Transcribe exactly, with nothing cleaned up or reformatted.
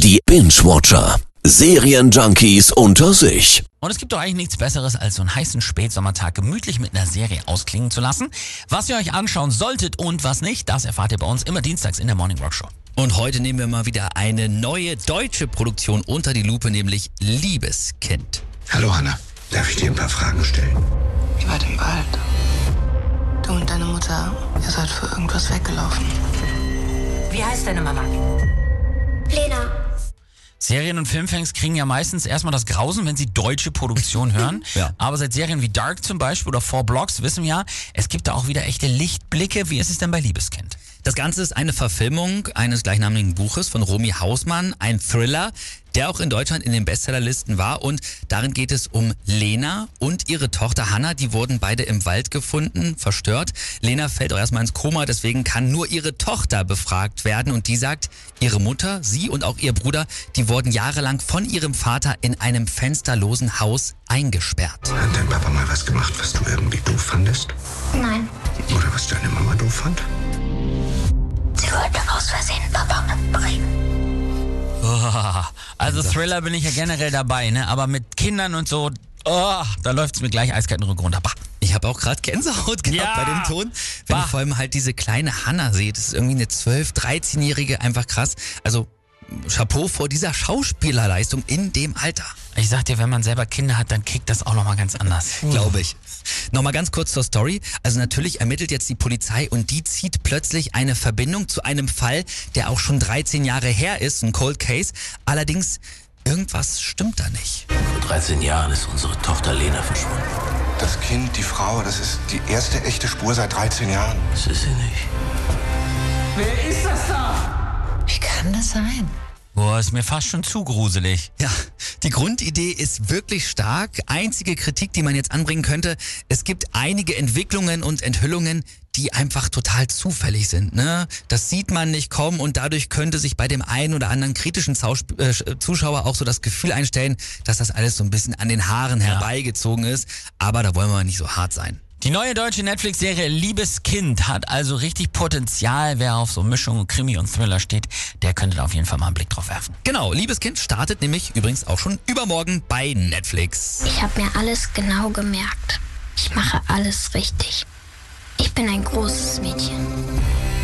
Die Binge-Watcher. Serienjunkies unter sich. Und es gibt doch eigentlich nichts Besseres, als so einen heißen Spätsommertag gemütlich mit einer Serie ausklingen zu lassen. Was ihr euch anschauen solltet und was nicht, das erfahrt ihr bei uns immer dienstags in der Morning Rock Show. Und heute nehmen wir mal wieder eine neue deutsche Produktion unter die Lupe, nämlich Liebeskind. Hallo Hanna, darf ich dir ein paar Fragen stellen? Ihr wart im Wald. Du und deine Mutter, ihr seid für irgendwas weggelaufen. Wie heißt deine Mama? Lena. Serien- und Filmfans kriegen ja meistens erstmal das Grausen, wenn sie deutsche Produktion hören. Ja. Aber seit Serien wie Dark zum Beispiel oder Four Blocks wissen wir ja, es gibt da auch wieder echte Lichtblicke. Wie ist es denn bei Liebeskind? Das Ganze ist eine Verfilmung eines gleichnamigen Buches von Romy Hausmann, ein Thriller, der auch in Deutschland in den Bestsellerlisten war. Und darin geht es um Lena und ihre Tochter Hanna. Die wurden beide im Wald gefunden, verstört. Lena fällt auch erstmal ins Koma, deswegen kann nur ihre Tochter befragt werden. Und die sagt, ihre Mutter, sie und auch ihr Bruder, die wurden jahrelang von ihrem Vater in einem fensterlosen Haus eingesperrt. Hat dein Papa mal was gemacht, was du irgendwie doof fandest? Nein, Oder was deine Mama doof fand? sie wollte aus Versehen Papa umbringen. Oh, also Thriller bin ich ja generell dabei, ne? Aber mit Kindern und so, oh, da läuft es mir gleich eiskalt den Rücken runter. Bah. Ich habe auch gerade Gänsehaut gehabt Ja. bei dem Ton. Wenn Bah. ich vor allem halt diese kleine Hanna sehe, das ist irgendwie eine zwölf-, dreizehnjährige, einfach krass. Also Chapeau vor dieser Schauspielerleistung in dem Alter. Ich sag dir, wenn man selber Kinder hat, dann kickt das auch nochmal ganz anders. Glaube ich. Nochmal ganz kurz zur Story. Also natürlich ermittelt jetzt die Polizei und die zieht plötzlich eine Verbindung zu einem Fall, der auch schon dreizehn Jahre her ist, ein Cold Case. Allerdings, irgendwas stimmt da nicht. Vor dreizehn Jahren ist unsere Tochter Lena verschwunden. Das Kind, die Frau, das ist die erste echte Spur seit dreizehn Jahren. Das ist sie nicht. Wer ist das da? Wie kann das sein? Boah, ist mir fast schon zu gruselig. Ja, die Grundidee ist wirklich stark. Einzige Kritik, die man jetzt anbringen könnte, es gibt einige Entwicklungen und Enthüllungen, die einfach total zufällig sind. Ne? Das sieht man nicht kommen und dadurch könnte sich bei dem einen oder anderen kritischen Zausp- äh, Zuschauer auch so das Gefühl einstellen, dass das alles so ein bisschen an den Haaren Ja. herbeigezogen ist. Aber da wollen wir mal nicht so hart sein. Die neue deutsche Netflix-Serie Liebeskind hat also richtig Potenzial. Wer auf so Mischung Krimi und Thriller steht, der könnte da auf jeden Fall mal einen Blick drauf werfen. Genau, Liebeskind startet nämlich übrigens auch schon übermorgen bei Netflix. Ich habe mir alles genau gemerkt. Ich mache alles richtig. Ich bin ein großes Mädchen.